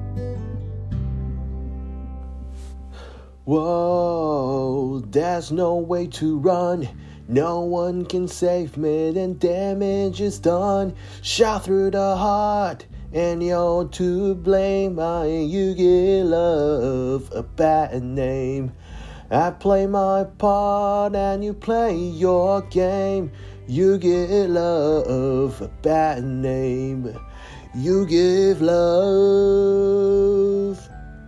Whoa, there's no way to run. No one can save me, then damage is done. Shot through the heart, and you're to blame. You give love a bad name. I play my part, and you play your game. You give love a bad name. You give love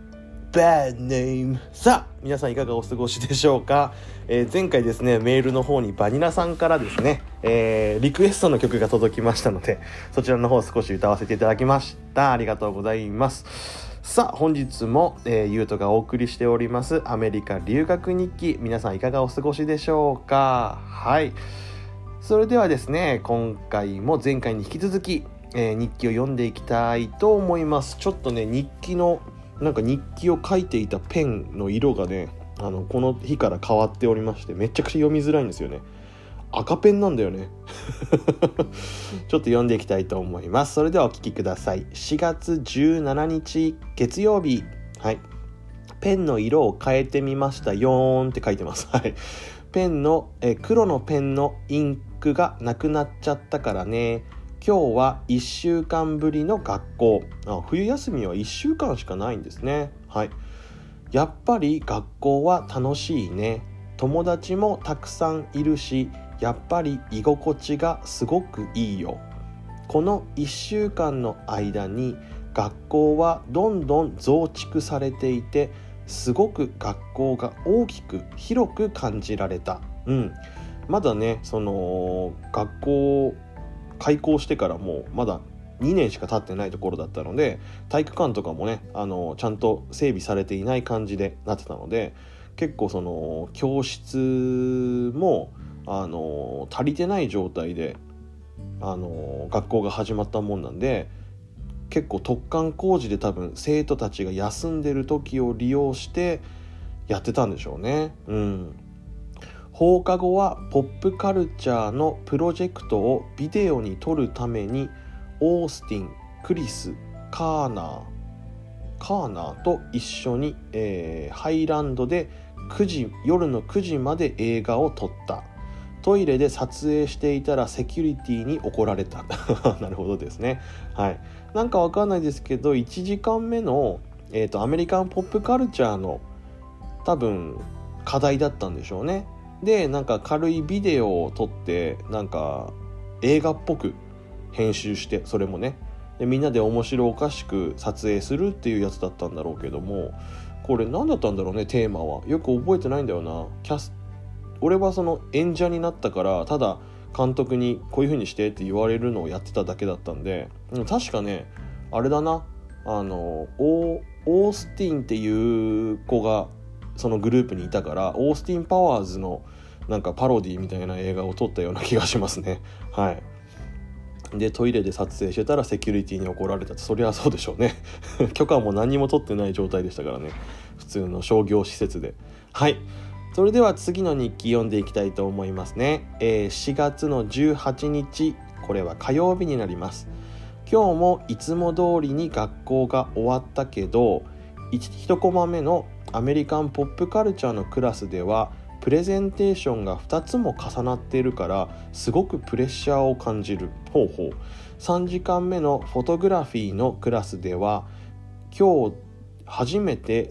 bad name. さあ皆さんいかがお過ごしでしょうか。前回ですねメールの方にバニラさんからですね、リクエストの曲が届きましたので、そちらの方少し歌わせていただきました。ありがとうございます。さあ本日も、ゆうとがお送りしておりますアメリカ留学日記、皆さんいかがお過ごしでしょうか。はい、それではですね今回も前回に引き続き、日記を読んでいきたいと思います。ちょっとね日記を書いていたペンの色がねこの日から変わっておりまして、めちゃくちゃ読みづらいんですよね。赤ペンなんだよねちょっと読んでいきたいと思います。それではお聞きください。4月17日月曜日。はい、ペンの色を変えてみましたよーんって書いてます。はい、ペンの黒のペンのインクがなくなっちゃったからね。今日は1週間ぶりの学校。冬休みは1週間しかないんですね。はい、やっぱり学校は楽しいね。友達もたくさんいるし、やっぱり居心地がすごくいいよ。この1週間の間に学校はどんどん増築されていて、すごく学校が大きく広く感じられた。まだねその学校開校してからもまだ2年しか経ってないところだったので、体育館とかもねちゃんと整備されていない感じでなってたので、結構その教室も足りてない状態で学校が始まったもんなんで、結構突貫工事で多分生徒たちが休んでる時を利用してやってたんでしょうね。放課後はポップカルチャーのプロジェクトをビデオに撮るためにオースティン、クリス、カーナーと一緒に、ハイランドで夜の9時まで映画を撮った。トイレで撮影していたらセキュリティに怒られたなるほどですね。はい、なんかわかんないですけど1時間目の、アメリカンポップカルチャーの多分課題だったんでしょうね。でなんか軽いビデオを撮ってなんか映画っぽく編集して、それもねでみんなで面白おかしく撮影するっていうやつだったんだろうけども、これ何だったんだろうね。テーマはよく覚えてないんだよな。俺はその演者になったからただ監督にこういう風にしてって言われるのをやってただけだったんで、確かねあれだな、オースティンっていう子がそのグループにいたから、オースティン・パワーズのなんかパロディみたいな映画を撮ったような気がしますね。はい、でトイレで撮影してたらセキュリティに怒られたって、そりゃそうでしょうね許可も何も取ってない状態でしたからね、普通の商業施設で。はい、それでは次の日記読んでいきたいと思いますね。4月の18日、これは火曜日になります。今日もいつも通りに学校が終わったけど、1コマ目のアメリカンポップカルチャーのクラスではプレゼンテーションが2つも重なっているからすごくプレッシャーを感じる。3時間目のフォトグラフィーのクラスでは今日初めて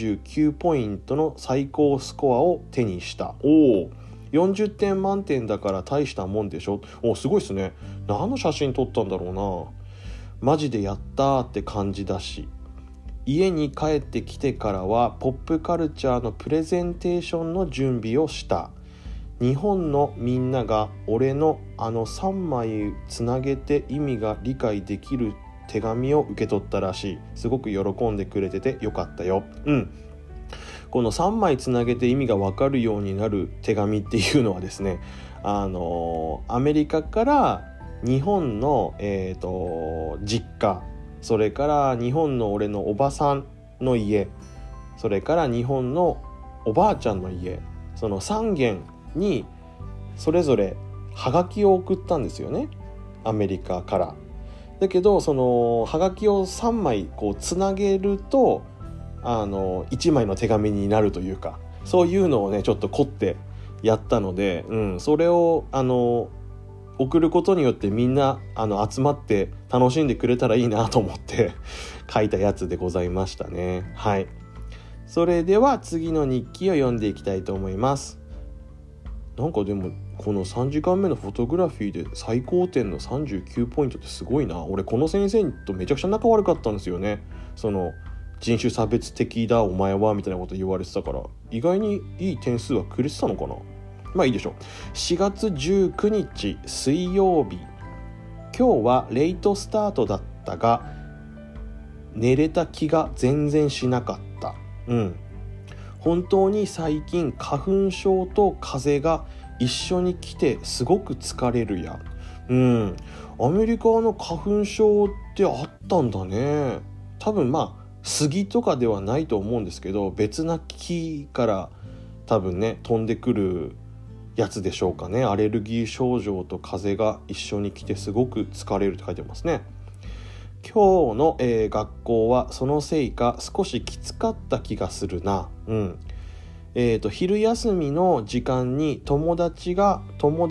39ポイントの最高スコアを手にした。40点満点だから大したもんでしょ。すごいっすね。何の写真撮ったんだろうな。マジでやったーって感じだし、家に帰ってきてからはポップカルチャーのプレゼンテーションの準備をした。日本のみんなが俺の3枚つなげて意味が理解できる手紙を受け取ったらしい。すごく喜んでくれててよかったよ。この3枚つなげて意味が分かるようになる手紙っていうのはですね、アメリカから日本の、実家、それから日本の俺のおばさんの家、それから日本のおばあちゃんの家、その3軒にそれぞれハガキを送ったんですよね、アメリカから。 だけどそのはがきを3枚こうつなげると1枚の手紙になるというか、そういうのをねちょっと凝ってやったので、それを送ることによってみんな集まって楽しんでくれたらいいなと思って書いたやつでございましたね。はい。それでは次の日記を読んでいきたいと思います。なんかでもこの3時間目のフォトグラフィーで最高点の39ポイントってすごいな。俺この先生とめちゃくちゃ仲悪かったんですよね。その人種差別的だお前はみたいなこと言われてたから、意外にいい点数はくれてたのかな。まあいいでしょう。4月19日水曜日、今日はレイトスタートだったが寝れた気が全然しなかった。本当に最近花粉症と風邪が一緒に来てすごく疲れるや。アメリカの花粉症ってあったんだね。多分杉とかではないと思うんですけど、別な木から多分ね飛んでくるやつでしょうかね。アレルギー症状と風邪が一緒に来てすごく疲れるって書いてますね。今日の、学校はそのせいか少しきつかった気がするな。昼休みの時間に友達から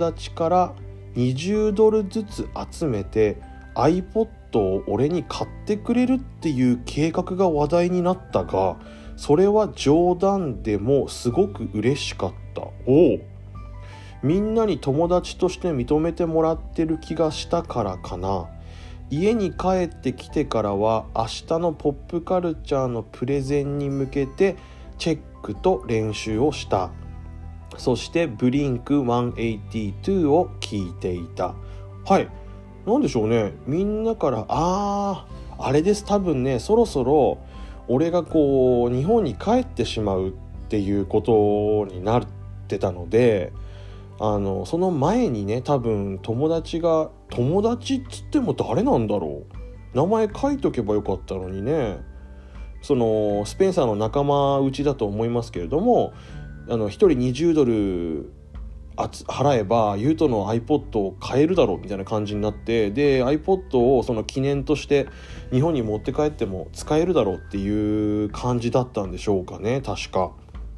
20ドルずつ集めて iPod を俺に買ってくれるっていう計画が話題になったが、それは冗談でもすごく嬉しかった。みんなに友達として認めてもらってる気がしたからかな。家に帰ってきてからは明日のポップカルチャーのプレゼンに向けてチェックと練習をした。そしてブリンク182を聞いていた。はい、なんでしょうね。みんなからあれです。多分ねそろそろ俺がこう日本に帰ってしまうっていうことになってたので、その前にね多分友達っつっても誰なんだろう、名前書いとけばよかったのにね。そのスペンサーの仲間内だと思いますけれども、1人20ドル払えばユートの iPod を買えるだろうみたいな感じになって、で iPod をその記念として日本に持って帰っても使えるだろうっていう感じだったんでしょうかね、確か。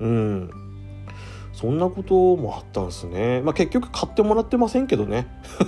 そんなこともあったんですね。結局買ってもらってませんけどね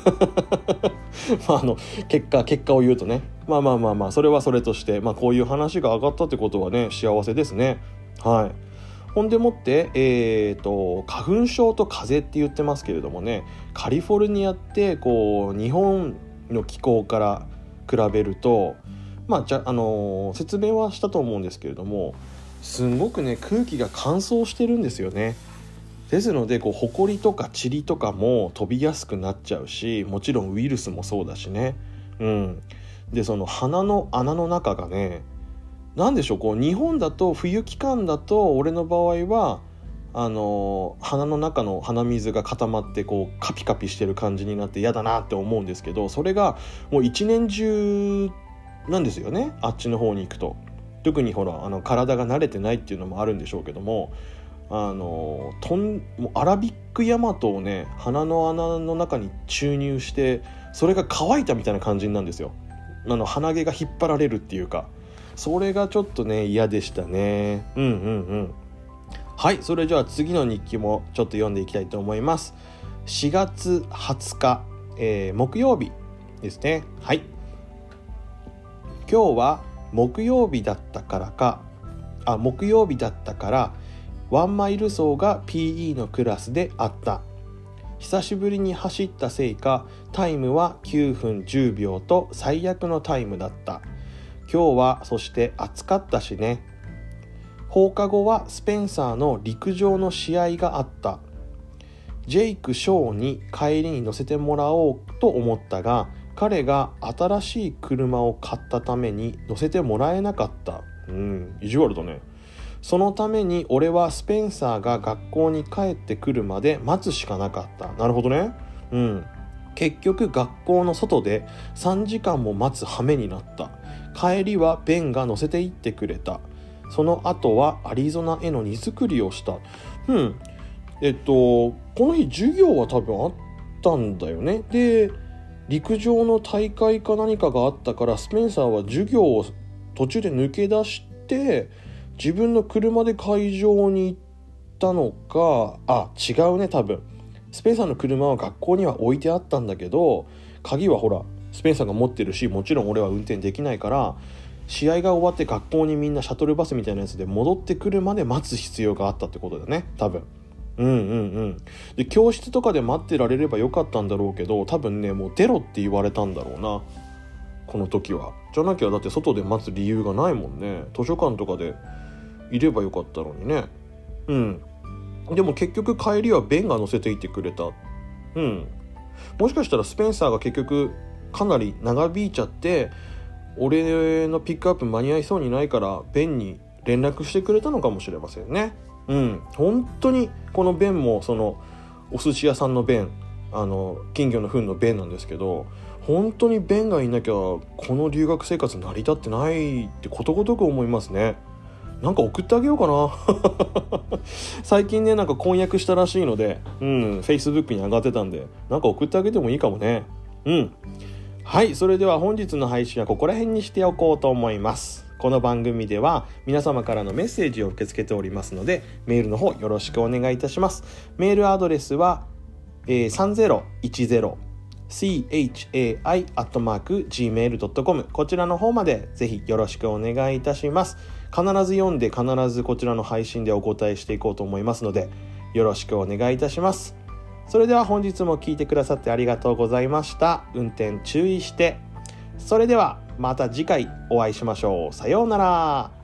結果を言うとね、それはそれとして、こういう話が上がったってことはね幸せですね。はい。ほんでもって花粉症と風邪って言ってますけれどもね、カリフォルニアってこう日本の気候から比べると説明はしたと思うんですけれども、すごくね空気が乾燥してるんですよね。ですのでホコリとかチリとかも飛びやすくなっちゃうし、もちろんウイルスもそうだしね。でその鼻の穴の中がね、なんでしょう、日本だと冬期間だと俺の場合は鼻の中の鼻水が固まってカピカピしてる感じになって嫌だなって思うんですけど、それがもう一年中なんですよね、あっちの方に行くと。特にほら体が慣れてないっていうのもあるんでしょうけども、もうアラビックヤマトをね鼻の穴の中に注入して、それが乾いたみたいな感じなんですよ。鼻毛が引っ張られるっていうか、それがちょっとね嫌でしたね。はい、それじゃあ次の日記もちょっと読んでいきたいと思います。4月20日、木曜日ですね。はい。今日は木曜日だったからワンマイル走が PE のクラスであった。久しぶりに走ったせいかタイムは9分10秒と最悪のタイムだった。今日はそして暑かったしね。放課後はスペンサーの陸上の試合があった。ジェイク・ショーに帰りに乗せてもらおうと思ったが、彼が新しい車を買ったために乗せてもらえなかった。意地悪だね。そのために俺はスペンサーが学校に帰ってくるまで待つしかなかった。なるほどね。結局学校の外で3時間も待つ羽目になった。帰りはベンが乗せて行ってくれた。その後はアリゾナへの荷造りをした。この日授業は多分あったんだよね。で陸上の大会か何かがあったから、スペンサーは授業を途中で抜け出して自分の車で会場に行ったのか、違うね、多分スペンサーの車は学校には置いてあったんだけど、鍵はほらスペンサーが持ってるし、もちろん俺は運転できないから、試合が終わって学校にみんなシャトルバスみたいなやつで戻ってくるまで待つ必要があったってことだね、多分。で教室とかで待ってられればよかったんだろうけど、多分ねもう出ろって言われたんだろうな、この時は。じゃなきゃだって外で待つ理由がないもんね。図書館とかでいればよかったのにね。でも結局帰りはベンが乗せていってくれた。もしかしたらスペンサーが結局かなり長引いちゃって、俺のピックアップ間に合いそうにないからベンに連絡してくれたのかもしれませんね。本当にこのベンもそのお寿司屋さんのベン、金魚の糞のベンなんですけど、本当にベンがいなきゃこの留学生活成り立ってないってことごとく思いますね。なんか送ってあげようかな最近ねなんか婚約したらしいので、Facebook に上がってたんで、なんか送ってあげてもいいかもね。はい、それでは本日の配信はここら辺にしておこうと思います。この番組では皆様からのメッセージを受け付けておりますので、メールの方よろしくお願いいたします。メールアドレスは、3010chai@gmail.com、 こちらの方までぜひよろしくお願いいたします。必ず読んで必ずこちらの配信でお答えしていこうと思いますので、よろしくお願いいたします。それでは本日も聞いてくださってありがとうございました。運転注意して。それではまた次回お会いしましょう。さようなら。